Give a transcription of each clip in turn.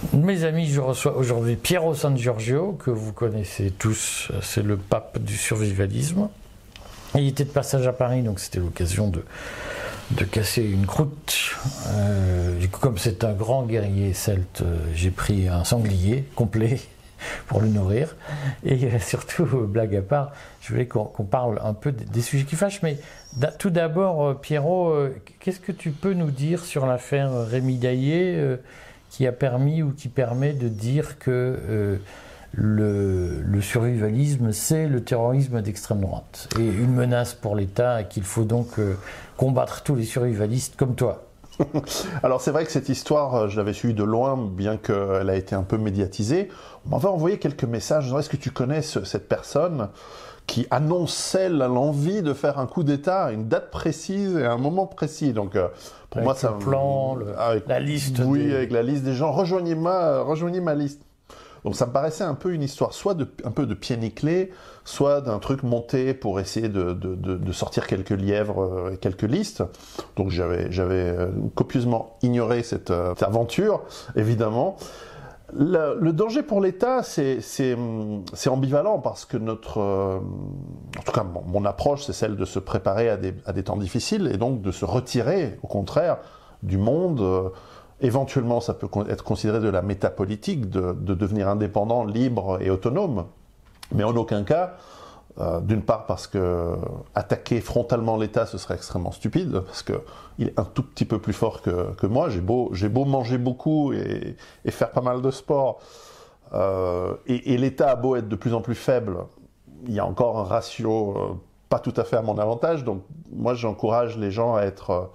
Mes amis, je reçois aujourd'hui Piero San Giorgio, que vous connaissez tous, c'est le pape du survivalisme. Il était de passage à Paris, donc c'était l'occasion de casser une croûte. Comme c'est un grand guerrier celte, j'ai pris un sanglier complet pour le nourrir. Et surtout, blague à part, je voulais qu'on parle un peu des sujets qui fâchent. Mais tout d'abord, Piero, qu'est-ce que tu peux nous dire sur l'affaire Rémi Daillé qui a permis ou qui permet de dire que le survivalisme, c'est le terrorisme d'extrême droite et une menace pour l'État et qu'il faut donc combattre tous les survivalistes comme toi? Alors c'est vrai que cette histoire, je l'avais suivie de loin, bien qu'elle a été un peu médiatisée. On m'avait envoyé quelques messages. Est-ce que tu connais cette personne qui annonçait l'envie de faire un coup d'État à une date précise et à un moment précis? Donc pour avec moi, ça le plan, la liste. Oui, avec la liste des gens. Rejoignez ma liste. Donc ça me paraissait un peu une histoire, soit un peu de pied nickelé, soit d'un truc monté pour essayer de sortir quelques lièvres et quelques listes. Donc j'avais copieusement ignoré cette aventure, évidemment. Le danger pour l'État, c'est ambivalent parce que en tout cas mon approche, c'est celle de se préparer à des temps difficiles et donc de se retirer, au contraire, du monde. Éventuellement, ça peut être considéré de la métapolitique, de devenir indépendant, libre et autonome. Mais en aucun cas, d'une part parce que attaquer frontalement l'État, ce serait extrêmement stupide, parce qu'il est un tout petit peu plus fort que moi. J'ai beau manger beaucoup et faire pas mal de sport, et l'État a beau être de plus en plus faible, il y a encore un ratio pas tout à fait à mon avantage. Donc moi, j'encourage les gens à être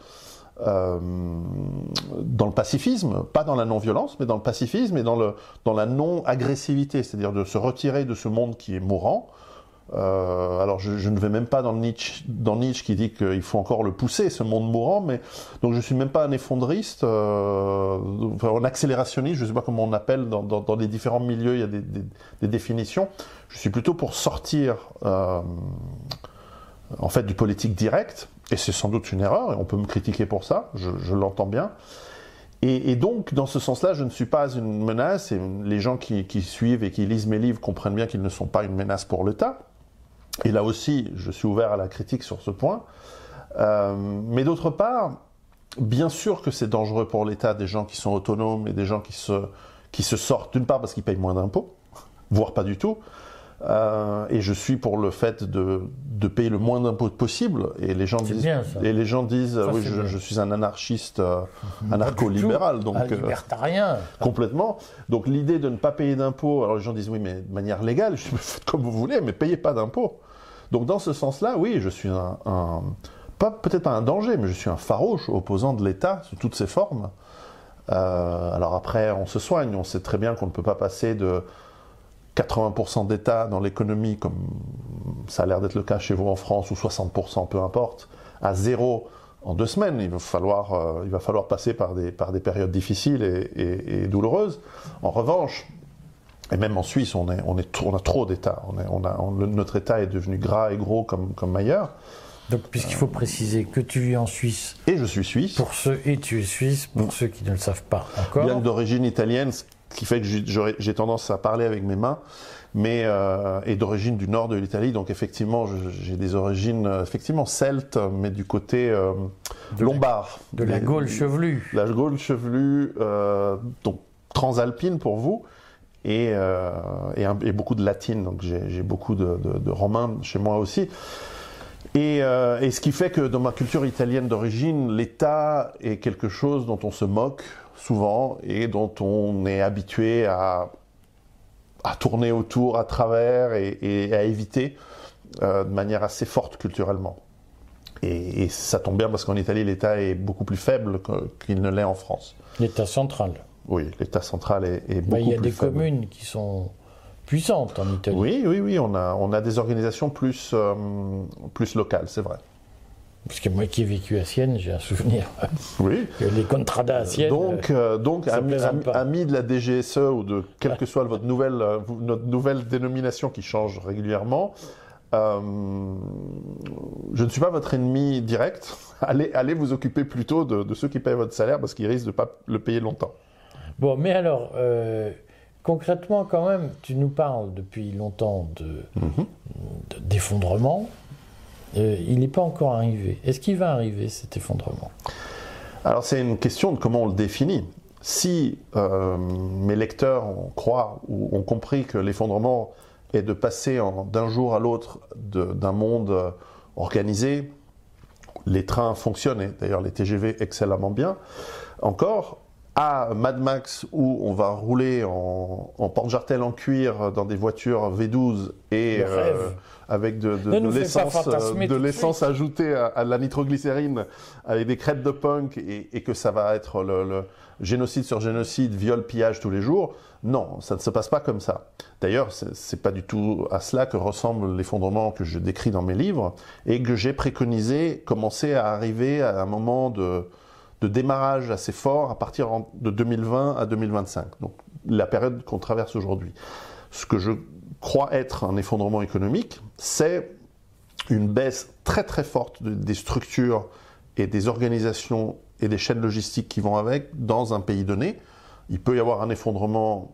dans le pacifisme, pas dans la non-violence, mais dans le pacifisme et dans la non-agressivité, c'est-à-dire de se retirer de ce monde qui est mourant. Alors je ne vais même pas dans Nietzsche qui dit qu'il faut encore le pousser, ce monde mourant, mais donc je suis même pas un effondriste, un accélérationniste, je ne sais pas comment on appelle, dans les différents milieux, il y a des définitions. Je suis plutôt pour sortir en fait du politique direct, et c'est sans doute une erreur, et on peut me critiquer pour ça, je l'entends bien. Et donc, dans ce sens-là, je ne suis pas une menace, et les gens qui suivent et qui lisent mes livres comprennent bien qu'ils ne sont pas une menace pour l'État. Et là aussi, je suis ouvert à la critique sur ce point. Mais d'autre part, bien sûr que c'est dangereux pour l'État, des gens qui sont autonomes et des gens qui se sortent, d'une part parce qu'ils payent moins d'impôts, voire pas du tout, et je suis pour le fait de payer le moins d'impôts possible, et les gens disent, oui, je suis un anarchiste, anarcho-libéral, donc libertarien, complètement. Donc l'idée de ne pas payer d'impôts, alors les gens disent oui, mais de manière légale, je faites comme vous voulez, mais payez pas d'impôts. Donc dans ce sens-là, oui, je suis peut-être pas un danger, mais je suis un farouche opposant de l'État sous toutes ses formes. Alors après, on se soigne, on sait très bien qu'on ne peut pas passer de 80% d'État dans l'économie, comme ça a l'air d'être le cas chez vous en France, ou 60%, peu importe, à zéro en 2 semaines. Il va falloir passer par des périodes difficiles et douloureuses. En revanche, et même en Suisse, on a trop d'États. Notre État est devenu gras et gros comme ailleurs. Donc, puisqu'il faut préciser que tu vis en Suisse. Et je suis suisse. Et tu es suisse, pour ceux qui ne le savent pas encore. Bien que d'origine italienne, ce qui fait que j'ai tendance à parler avec mes mains, mais et d'origine du nord de l'Italie, donc effectivement j'ai des origines effectivement celtes, mais du côté lombard. De la Gaule chevelue. La Gaule chevelue, donc transalpine pour vous, et beaucoup de latine, donc j'ai beaucoup de romain chez moi aussi. Et ce qui fait que dans ma culture italienne d'origine, l'État est quelque chose dont on se moque souvent et dont on est habitué à tourner autour, à travers et à éviter de manière assez forte culturellement. Et ça tombe bien parce qu'en Italie, l'État est beaucoup plus faible qu'il ne l'est en France. L'État central. Oui, l'État central est beaucoup plus faible. Il y a des communes qui sont puissantes en Italie. Oui, on a des organisations plus locales, c'est vrai. Parce que moi qui ai vécu à Sienne, j'ai un souvenir. Oui. Les contradas à Sienne. Donc amis de la DGSE ou de quelle que soit notre nouvelle dénomination qui change régulièrement, je ne suis pas votre ennemi direct. Allez vous occuper plutôt de ceux qui payent votre salaire parce qu'ils risquent de ne pas le payer longtemps. Bon, mais alors, concrètement, quand même, tu nous parles depuis longtemps d'effondrement. Il n'est pas encore arrivé. Est-ce qu'il va arriver, cet effondrement? Alors, c'est une question de comment on le définit. Si mes lecteurs croient ou ont compris que l'effondrement est de passer d'un jour à l'autre d'un monde organisé, les trains fonctionnent, et d'ailleurs les TGV excellemment bien, encore, à Mad Max où on va rouler en porte-jartel en cuir dans des voitures V12 et avec de l'essence ajoutée à la nitroglycérine avec des crêtes de punk et que ça va être le génocide sur génocide, viol, pillage tous les jours. Non, ça ne se passe pas comme ça. D'ailleurs, c'est pas du tout à cela que ressemble l'effondrement que je décris dans mes livres et que j'ai préconisé commencer à arriver à un moment de démarrage assez fort à partir de 2020 à 2025, donc la période qu'on traverse aujourd'hui. Ce que je crois être un effondrement économique, c'est une baisse très très forte des structures et des organisations et des chaînes logistiques qui vont avec dans un pays donné. Il peut y avoir un effondrement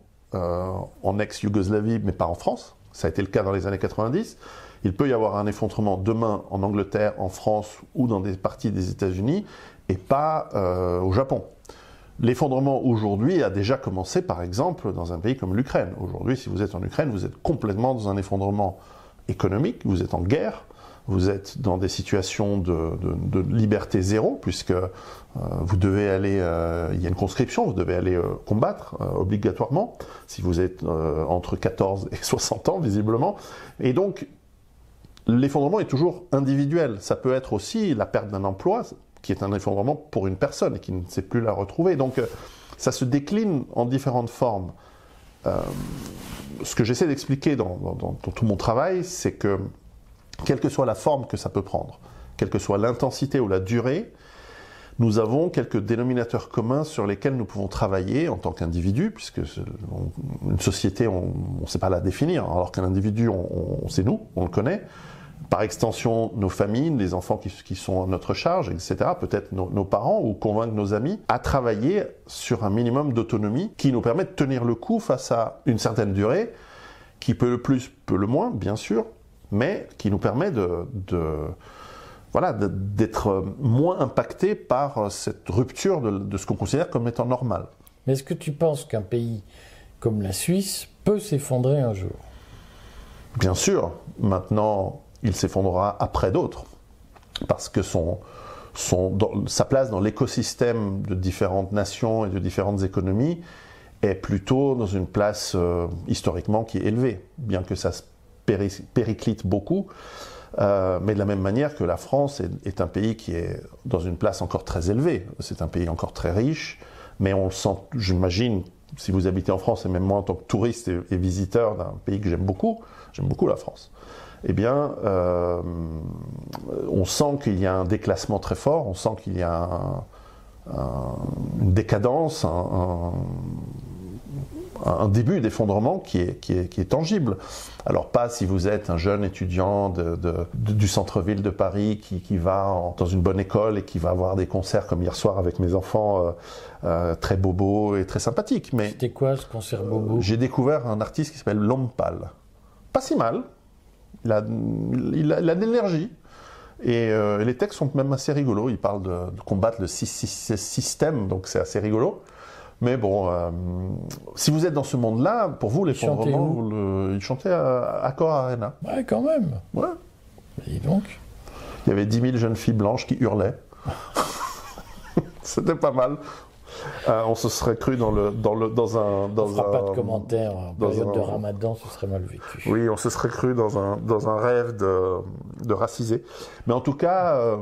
en ex-Yougoslavie, mais pas en France. Ça a été le cas dans les années 90. Il peut y avoir un effondrement demain en Angleterre, en France ou dans des parties des États-Unis, et pas au Japon. L'effondrement aujourd'hui a déjà commencé, par exemple, dans un pays comme l'Ukraine. Aujourd'hui, si vous êtes en Ukraine, vous êtes complètement dans un effondrement économique, vous êtes en guerre, vous êtes dans des situations de liberté zéro, puisque vous devez aller, il y a une conscription, vous devez aller combattre obligatoirement, si vous êtes entre 14 et 60 ans, visiblement. Et donc, l'effondrement est toujours individuel. Ça peut être aussi la perte d'un emploi, qui est un effondrement pour une personne et qui ne sait plus la retrouver. Donc, ça se décline en différentes formes. Ce que j'essaie d'expliquer dans tout mon travail, c'est que, quelle que soit la forme que ça peut prendre, quelle que soit l'intensité ou la durée, nous avons quelques dénominateurs communs sur lesquels nous pouvons travailler en tant qu'individu, puisque une société, on ne sait pas la définir, alors qu'un individu, c'est nous, on le connaît. Par extension, nos familles, les enfants qui sont à notre charge, etc., peut-être nos parents, ou convaincre nos amis, à travailler sur un minimum d'autonomie qui nous permet de tenir le coup face à une certaine durée, qui peut le plus, peut le moins, bien sûr, mais qui nous permet d'être moins impacté par cette rupture de ce qu'on considère comme étant normal. Mais est-ce que tu penses qu'un pays comme la Suisse peut s'effondrer un jour? Bien sûr. Maintenant, il s'effondrera après d'autres, parce que sa place dans l'écosystème de différentes nations et de différentes économies est plutôt dans une place historiquement qui est élevée, bien que ça se périclite beaucoup, mais de la même manière que la France est un pays qui est dans une place encore très élevée. C'est un pays encore très riche, mais on le sent, j'imagine, si vous habitez en France, et même moi en tant que touriste et visiteur d'un pays que j'aime beaucoup la France, eh bien, on sent qu'il y a un déclassement très fort, on sent qu'il y a une décadence, un début d'effondrement qui est tangible. Alors pas si vous êtes un jeune étudiant du centre-ville de Paris qui va dans une bonne école et qui va avoir des concerts comme hier soir avec mes enfants très bobos et très sympathiques. Mais c'était quoi ce concert bobo? J'ai découvert un artiste qui s'appelle L'Homme Pâle. Pas si mal. Il a de l'énergie. Et les textes sont même assez rigolos. Il parle de combattre le système, donc c'est assez rigolo. Mais bon, si vous êtes dans ce monde-là, pour vous, l'effondrement, il chantait à Accor Arena. Ouais, quand même. Ouais. Et donc, il y avait 10 000 jeunes filles blanches qui hurlaient. C'était pas mal. On se serait cru dans un... on fera pas de commentaires. En période de Ramadan, ce serait mal vécu. Oui, on se serait cru dans un rêve de racisé. Mais en tout cas...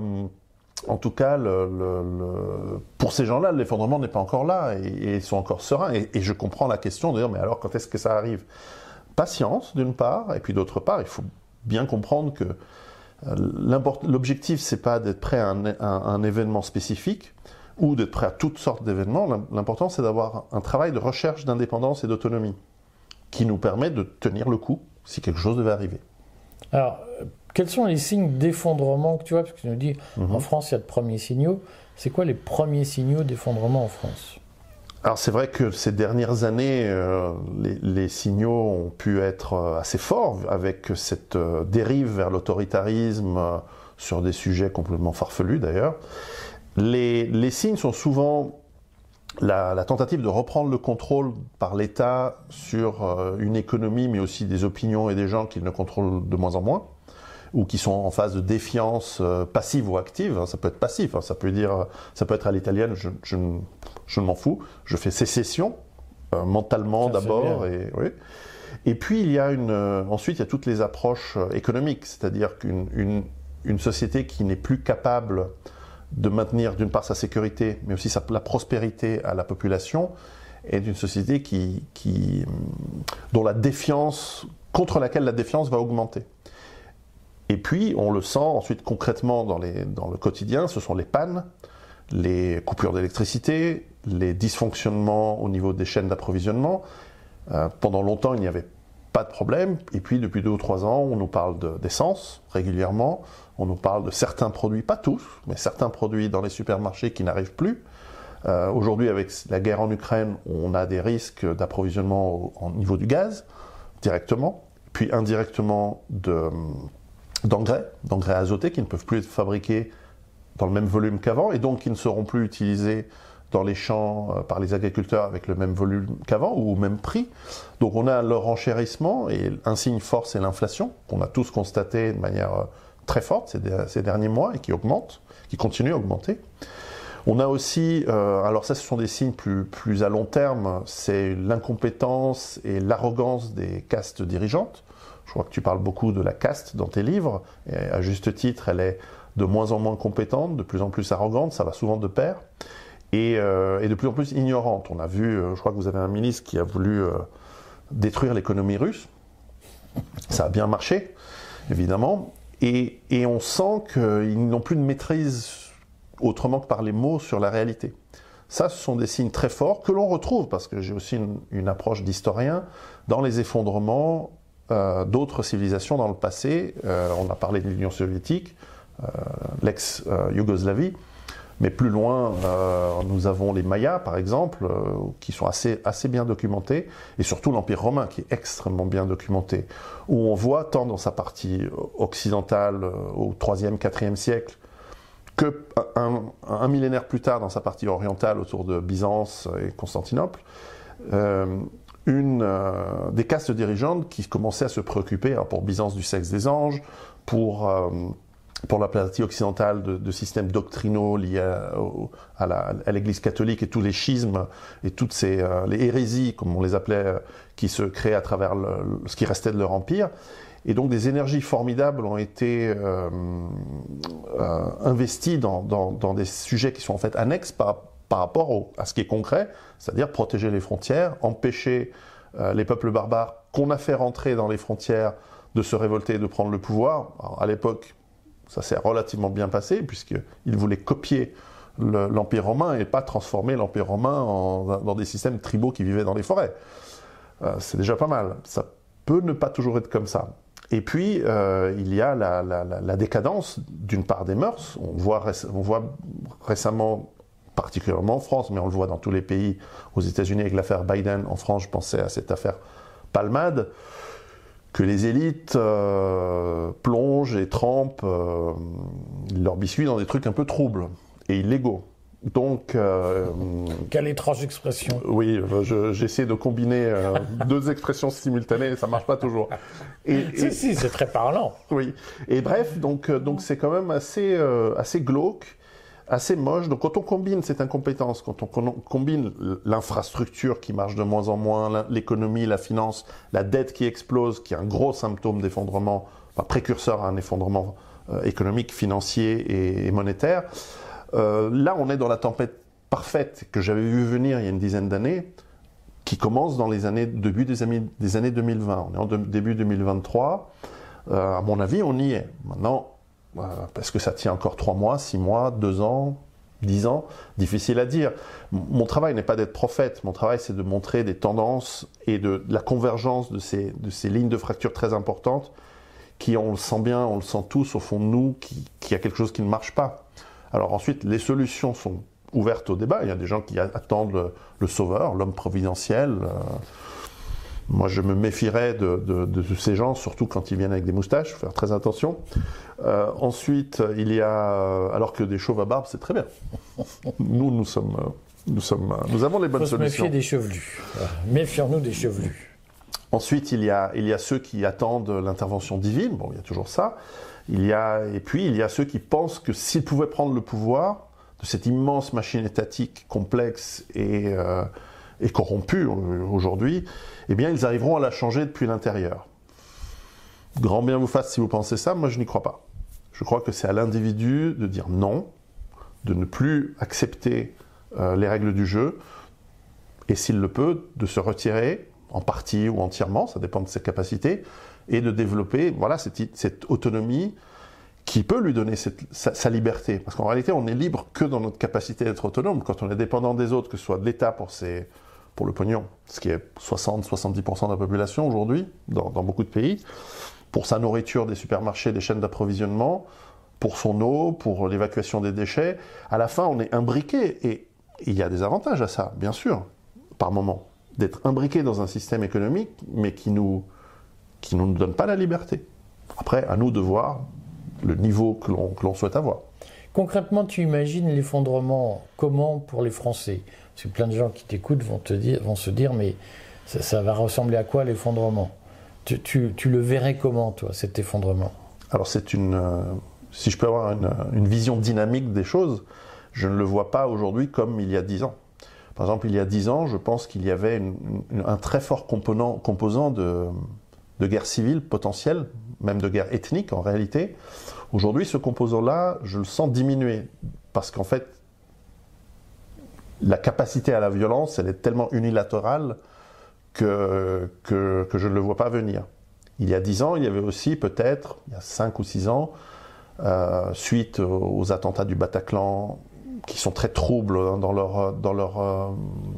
pour ces gens-là, l'effondrement n'est pas encore là et ils sont encore sereins. Et je comprends la question de dire, mais alors quand est-ce que ça arrive? Patience, d'une part, et puis d'autre part, il faut bien comprendre que l'objectif, c'est pas d'être prêt à un événement spécifique ou d'être prêt à toutes sortes d'événements. L'important, c'est d'avoir un travail de recherche d'indépendance et d'autonomie qui nous permet de tenir le coup si quelque chose devait arriver. Alors, quels sont les signes d'effondrement que tu vois? Parce que tu nous dis, en France, il y a de premiers signaux. C'est quoi les premiers signaux d'effondrement en France? Alors c'est vrai que ces dernières années, les signaux ont pu être assez forts avec cette dérive vers l'autoritarisme sur des sujets complètement farfelus d'ailleurs. Les signes sont souvent la tentative de reprendre le contrôle par l'État sur une économie, mais aussi des opinions et des gens qu'il ne contrôle de moins en moins, ou qui sont en phase de défiance passive ou active. Ça peut être passif, ça peut être à l'italienne, je ne m'en fous, je fais sécession, mentalement d'abord. Et puis ensuite il y a toutes les approches économiques, c'est-à-dire qu'une société qui n'est plus capable de maintenir d'une part sa sécurité, mais aussi la prospérité à la population, est une société contre laquelle la défiance va augmenter. Et puis, on le sent ensuite concrètement dans le quotidien, ce sont les pannes, les coupures d'électricité, les dysfonctionnements au niveau des chaînes d'approvisionnement. Pendant longtemps, il n'y avait pas de problème. Et puis, depuis 2 ou 3 ans, on nous parle d'essence régulièrement. On nous parle de certains produits, pas tous, mais certains produits dans les supermarchés qui n'arrivent plus. Aujourd'hui, avec la guerre en Ukraine, on a des risques d'approvisionnement au niveau du gaz, directement, puis indirectement d'engrais azotés qui ne peuvent plus être fabriqués dans le même volume qu'avant, et donc qui ne seront plus utilisés dans les champs par les agriculteurs avec le même volume qu'avant ou au même prix. Donc on a le renchérissement, et un signe fort, c'est l'inflation, qu'on a tous constaté de manière très forte ces derniers mois et qui augmente, qui continue à augmenter. On a aussi, alors ça ce sont des signes plus à long terme, c'est l'incompétence et l'arrogance des castes dirigeantes. Je crois que tu parles beaucoup de la caste dans tes livres, et à juste titre, elle est de moins en moins compétente, de plus en plus arrogante, ça va souvent de pair, et de plus en plus ignorante. On a vu, je crois que vous avez un ministre qui a voulu détruire l'économie russe. Ça a bien marché, évidemment, et on sent qu'ils n'ont plus de maîtrise autrement que par les mots sur la réalité. Ça, ce sont des signes très forts que l'on retrouve, parce que j'ai aussi une approche d'historien, dans les effondrements d'autres civilisations dans le passé. On a parlé de l'Union soviétique, l'ex-Yougoslavie, mais plus loin, nous avons les Mayas, par exemple, qui sont assez bien documentés, et surtout l'Empire romain, qui est extrêmement bien documenté, où on voit, tant dans sa partie occidentale, au 3e, 4e siècle, que un millénaire plus tard, dans sa partie orientale, autour de Byzance et Constantinople, des castes dirigeantes qui commençaient à se préoccuper, pour Byzance, du sexe des anges, pour la partie occidentale de systèmes doctrinaux liés à l'Église catholique et tous les schismes et toutes les hérésies, comme on les appelait, qui se créaient à travers ce qui restait de leur empire. Et donc des énergies formidables ont été investies dans des sujets qui sont en fait annexes par rapport à ce qui est concret, c'est-à-dire protéger les frontières, empêcher les peuples barbares qu'on a fait rentrer dans les frontières de se révolter et de prendre le pouvoir. Alors, à l'époque, ça s'est relativement bien passé, puisqu'ils voulaient copier l'Empire romain et pas transformer l'Empire romain dans des systèmes tribaux qui vivaient dans les forêts. C'est déjà pas mal. Ça peut ne pas toujours être comme ça. Et puis, il y a la décadence, d'une part, des mœurs. On voit récemment, particulièrement en France, mais on le voit dans tous les pays, aux États-Unis avec l'affaire Biden. En France, je pensais à cette affaire Palmade, que les élites plongent et trempent leur biscuit dans des trucs un peu troubles et illégaux. Donc, quelle étrange expression. Oui, j'essaie de combiner 2 expressions simultanées, ça marche pas toujours. Si, c'est très parlant. Oui. Et bref, donc c'est quand même assez glauque, assez moche. Donc quand on combine cette incompétence, quand on combine l'infrastructure qui marche de moins en moins, l'économie, la finance, la dette qui explose, qui est un gros symptôme d'effondrement, précurseur à un effondrement économique, financier et monétaire. Là, on est dans la tempête parfaite que j'avais vu venir il y a une dizaine d'années, qui commence dans début des années 2020. On est en début 2023. À mon avis, on y est. Maintenant, parce que ça tient encore 3 mois, 6 mois, 2 ans, 10 ans, difficile à dire. Mon travail n'est pas d'être prophète. Mon travail, c'est de montrer des tendances et de la convergence de ces lignes de fracture très importantes qui, on le sent bien, on le sent tous au fond de nous, qu'il y a quelque chose qui ne marche pas. Alors ensuite, les solutions sont ouverte au débat. Il y a des gens qui attendent le sauveur, l'homme providentiel. Moi, je me méfierais de ces gens, surtout quand ils viennent avec des moustaches, il faut faire très attention. Ensuite, il y a... alors que des chauves à barbe, c'est très bien. Nous avons les bonnes solutions. Il faut se méfier des chevelus. Méfions-nous des chevelus. Ensuite, il y a ceux qui attendent l'intervention divine. Bon, il y a toujours ça. Et puis, il y a ceux qui pensent que s'ils pouvaient prendre le pouvoir de cette immense machine étatique complexe et corrompue aujourd'hui, eh bien, ils arriveront à la changer depuis l'intérieur. Grand bien vous fasse si vous pensez ça, moi je n'y crois pas. Je crois que c'est à l'individu de dire non, de ne plus accepter les règles du jeu, et s'il le peut, de se retirer en partie ou entièrement, ça dépend de ses capacités, et de développer cette autonomie qui peut lui donner sa liberté. Parce qu'en réalité, on n'est libre que dans notre capacité d'être autonome. Quand on est dépendant des autres, que ce soit de l'État pour le pognon, ce qui est 60-70% de la population aujourd'hui, dans beaucoup de pays, pour sa nourriture des supermarchés, des chaînes d'approvisionnement, pour son eau, pour l'évacuation des déchets, à la fin, on est imbriqué. Et il y a des avantages à ça, bien sûr, par moment, d'être imbriqué dans un système économique, mais qui ne nous donne pas la liberté. Après, à nous de voir le niveau que l'on souhaite avoir. Concrètement, tu imagines l'effondrement comment pour les Français? Parce que plein de gens qui t'écoutent vont se dire, mais ça va ressembler à quoi l'effondrement? Tu le verrais comment, toi, cet effondrement? Alors, si je peux avoir une vision dynamique des choses, je ne le vois pas aujourd'hui comme il y a 10 ans. Par exemple, il y a 10 ans, je pense qu'il y avait un très fort composant de guerre civile potentielle, même de guerre ethnique en réalité. Aujourd'hui, ce composant-là, je le sens diminuer, parce qu'en fait, la capacité à la violence, elle est tellement unilatérale que je ne le vois pas venir. Il y a 10 ans, il y avait aussi peut-être, il y a 5 ou 6 ans, suite aux attentats du Bataclan, qui sont très troubles dans leur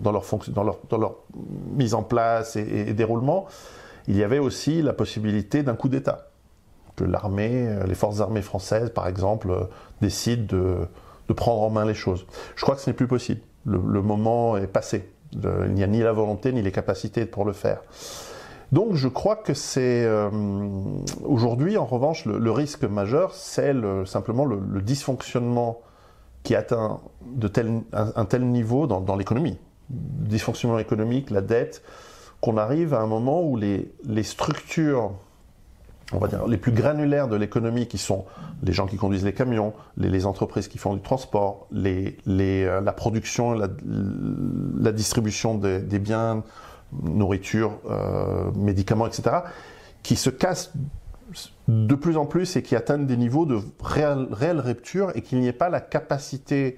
mise en place et déroulement, il y avait aussi la possibilité d'un coup d'État. Que les forces armées françaises, par exemple, décident de prendre en main les choses. Je crois que ce n'est plus possible. Le moment est passé. Il n'y a ni la volonté ni les capacités pour le faire. Donc je crois que c'est... aujourd'hui, en revanche, le risque majeur, c'est simplement le dysfonctionnement qui atteint un tel niveau dans l'économie. Le dysfonctionnement économique, la dette, qu'on arrive à un moment où les structures, on va dire, les plus granulaires de l'économie, qui sont les gens qui conduisent les camions, les entreprises qui font du transport, la production, la distribution des biens, nourriture, médicaments, etc., qui se cassent de plus en plus et qui atteignent des niveaux de réelle rupture, et qu'il n'y ait pas la capacité,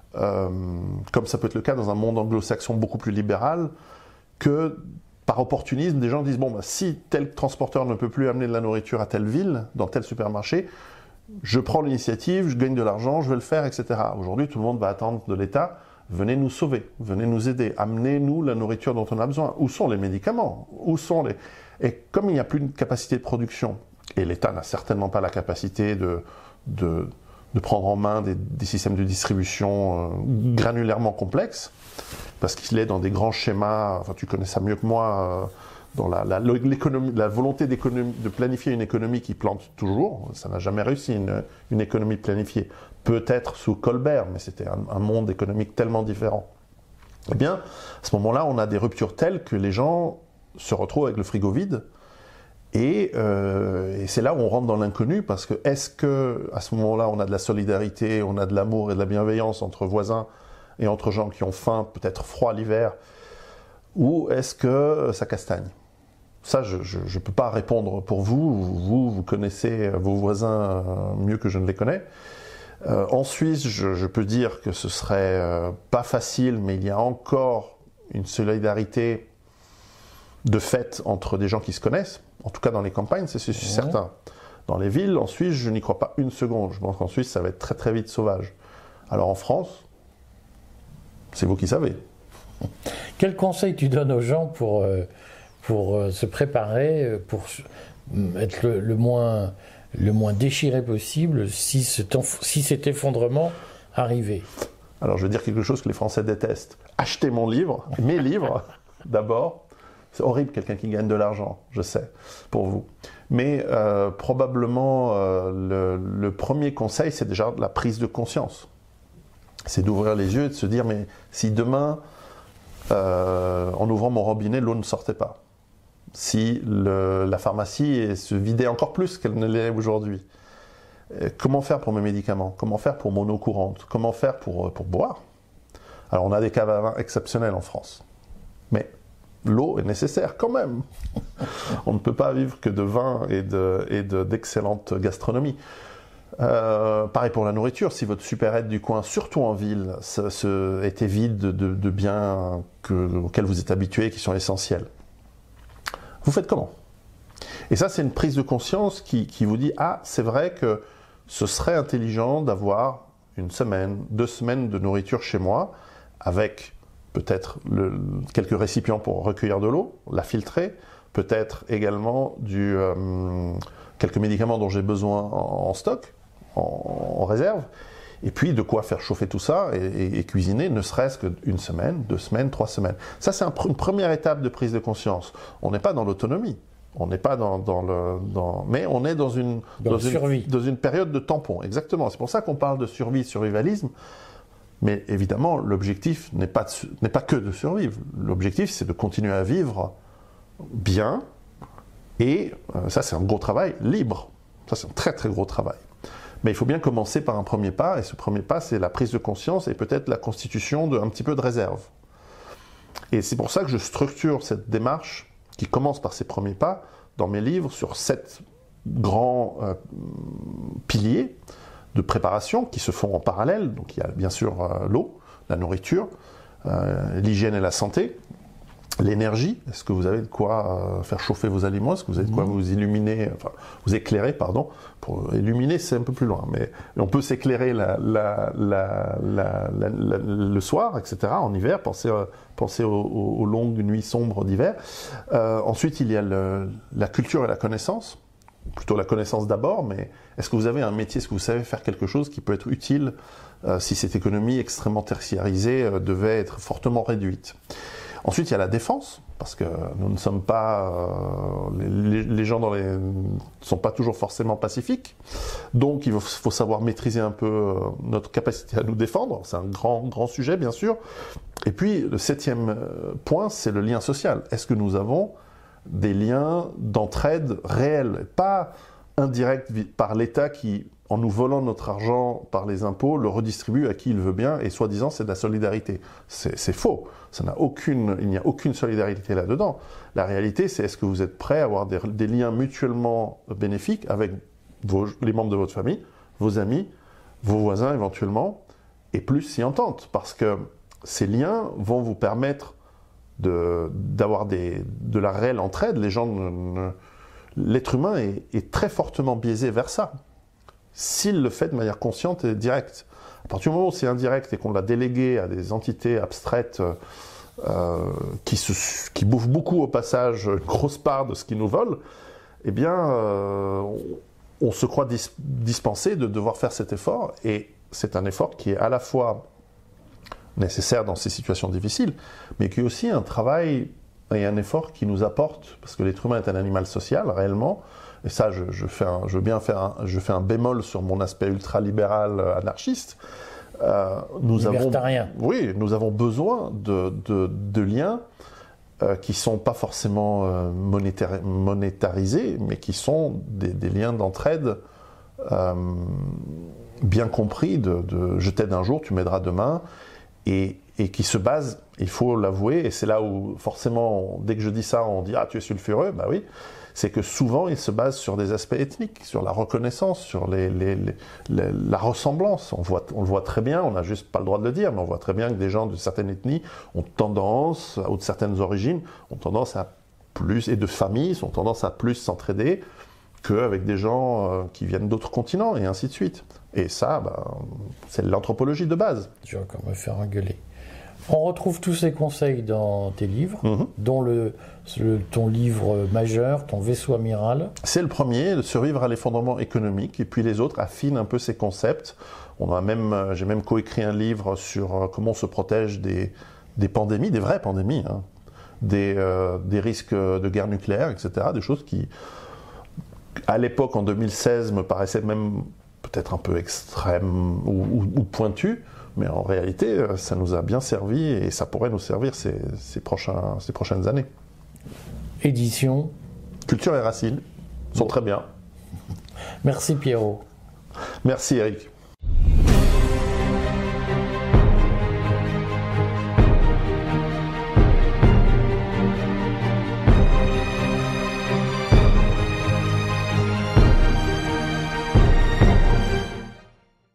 comme ça peut être le cas dans un monde anglo-saxon beaucoup plus libéral, que par opportunisme, des gens disent, bon, si tel transporteur ne peut plus amener de la nourriture à telle ville, dans tel supermarché, je prends l'initiative, je gagne de l'argent, je vais le faire, etc. Aujourd'hui, tout le monde va attendre de l'État, venez nous sauver, venez nous aider, amenez-nous la nourriture dont on a besoin. Où sont les médicaments? Et comme il n'y a plus de capacité de production, et l'État n'a certainement pas la capacité de prendre en main des systèmes de distribution granulairement complexes, parce qu'il est dans des grands schémas, enfin tu connais ça mieux que moi, dans la volonté de planifier une économie qui plante toujours. Ça n'a jamais réussi, une économie planifiée. Peut-être sous Colbert, mais c'était un monde économique tellement différent. Eh bien, à ce moment-là, on a des ruptures telles que les gens se retrouvent avec le frigo vide, et c'est là où on rentre dans l'inconnu, parce que est-ce qu'à ce moment-là, on a de la solidarité, on a de l'amour et de la bienveillance entre voisins et entre gens qui ont faim, peut-être froid l'hiver, ou est-ce que ça castagne? Ça, je ne peux pas répondre pour vous. Vous connaissez vos voisins mieux que je ne les connais. En Suisse, je peux dire que ce serait pas facile, mais il y a encore une solidarité de fait entre des gens qui se connaissent. En tout cas, dans les campagnes, c'est certain. Dans les villes, en Suisse, je n'y crois pas une seconde. Je pense qu'en Suisse, ça va être très très vite sauvage. Alors en France, c'est vous qui savez. Quel conseil tu donnes aux gens pour se préparer, pour être le moins déchiré possible si cet effondrement arrivait? Alors je vais dire quelque chose que les Français détestent. Achetez mon livre, mes livres, d'abord. C'est horrible quelqu'un qui gagne de l'argent, je sais, pour vous. Mais probablement le premier conseil, c'est déjà la prise de conscience. C'est d'ouvrir les yeux et de se dire, mais si demain, en ouvrant mon robinet, l'eau ne sortait pas, si la pharmacie se vidait encore plus qu'elle ne l'est aujourd'hui, comment faire pour mes médicaments? Comment faire pour mon eau courante? Comment faire pour boire? Alors on a des caves à vin exceptionnelles en France, mais l'eau est nécessaire quand même. On ne peut pas vivre que de vin et d'excellente gastronomie. Pareil pour la nourriture, si votre supérette du coin, surtout en ville, était vide de biens auxquels vous êtes habitués, qui sont essentiels, vous faites comment? Et ça, c'est une prise de conscience qui vous dit, ah, c'est vrai que ce serait intelligent d'avoir 1 semaine, 2 semaines de nourriture chez moi, avec peut-être quelques récipients pour recueillir de l'eau, la filtrer, peut-être également quelques médicaments dont j'ai besoin en stock, en réserve, et puis de quoi faire chauffer tout ça et cuisiner, ne serait-ce qu'1 semaine, 2 semaines, 3 semaines. Ça, c'est une première étape de prise de conscience. On n'est pas dans l'autonomie. On n'est pas mais on est dans une période de tampon, exactement. C'est pour ça qu'on parle de survie, survivalisme. Mais évidemment, l'objectif n'est pas que de survivre. L'objectif, c'est de continuer à vivre bien. Et ça, c'est un gros travail, libre. Ça, c'est un très, très gros travail. Mais il faut bien commencer par un premier pas. Et ce premier pas, c'est la prise de conscience et peut-être la constitution d'un petit peu de réserve. Et c'est pour ça que je structure cette démarche qui commence par ces premiers pas, dans mes livres, sur 7 grands piliers de préparation qui se font en parallèle. Donc il y a bien sûr l'eau, la nourriture, l'hygiène et la santé, l'énergie. Est-ce que vous avez de quoi faire chauffer vos aliments? Est-ce que vous avez de quoi vous éclairer, pardon. Pour illuminer, c'est un peu plus loin, mais on peut s'éclairer le soir, etc. En hiver, pensez aux longues nuits sombres d'hiver. Ensuite, il y a la culture et la connaissance. Plutôt la connaissance d'abord, mais est-ce que vous avez un métier, est-ce que vous savez faire quelque chose qui peut être utile si cette économie extrêmement tertiarisée devait être fortement réduite? Ensuite, il y a la défense, parce que nous ne sommes pas... les gens ne sont pas toujours forcément pacifiques, donc il faut savoir maîtriser un peu notre capacité à nous défendre. C'est un grand sujet, bien sûr. Et puis, le 7e point, c'est le lien social. Est-ce que nous avons des liens d'entraide réels, pas indirects par l'État qui, en nous volant notre argent par les impôts, le redistribue à qui il veut bien, et soi-disant c'est de la solidarité. C'est faux. Il n'y a aucune solidarité là-dedans. La réalité, c'est est-ce que vous êtes prêt à avoir des liens mutuellement bénéfiques avec les membres de votre famille, vos amis, vos voisins éventuellement, et plus s'y entendre, parce que ces liens vont vous permettre d'avoir de la réelle entraide. L'être humain est très fortement biaisé vers ça, s'il le fait de manière consciente et directe. À partir du moment où c'est indirect et qu'on l'a délégué à des entités abstraites qui bouffent beaucoup au passage une grosse part de ce qu'ils nous volent, eh bien, on se croit dispensé de devoir faire cet effort, et c'est un effort qui est à la fois nécessaire dans ces situations difficiles, mais qui est aussi un travail et un effort qui nous apporte, parce que l'être humain est un animal social, réellement, et ça, je fais un bémol sur mon aspect ultralibéral anarchiste. Nous avons besoin de liens qui ne sont pas forcément monétarisés, mais qui sont des liens d'entraide bien compris, je t'aide un jour, tu m'aideras demain, et qui se basent, il faut l'avouer, et c'est là où forcément, dès que je dis ça, on dit « Ah, tu es sulfureux », bah oui, c'est que souvent, ils se basent sur des aspects ethniques, sur la reconnaissance, sur la ressemblance. On le voit très bien, on n'a juste pas le droit de le dire, mais on voit très bien que des gens de certaines ethnies ou de certaines origines, ont tendance à plus, et de familles, ont tendance à plus s'entraider qu'avec des gens qui viennent d'autres continents, et ainsi de suite. Et ça, c'est l'anthropologie de base. Tu vas encore me faire engueuler. On retrouve tous ces conseils dans tes livres, dont ton livre majeur, ton vaisseau amiral. C'est le premier, de survivre à l'effondrement économique, et puis les autres affinent un peu ces concepts. J'ai même coécrit un livre sur comment on se protège des pandémies, des vraies pandémies, hein, des risques de guerre nucléaire, etc. Des choses qui, à l'époque, en 2016, me paraissaient même peut-être un peu extrêmes ou pointues, mais en réalité, ça nous a bien servi et ça pourrait nous servir ces prochaines années. Édition Culture et Racines sont très bien. Merci Pierrot. Merci Eric.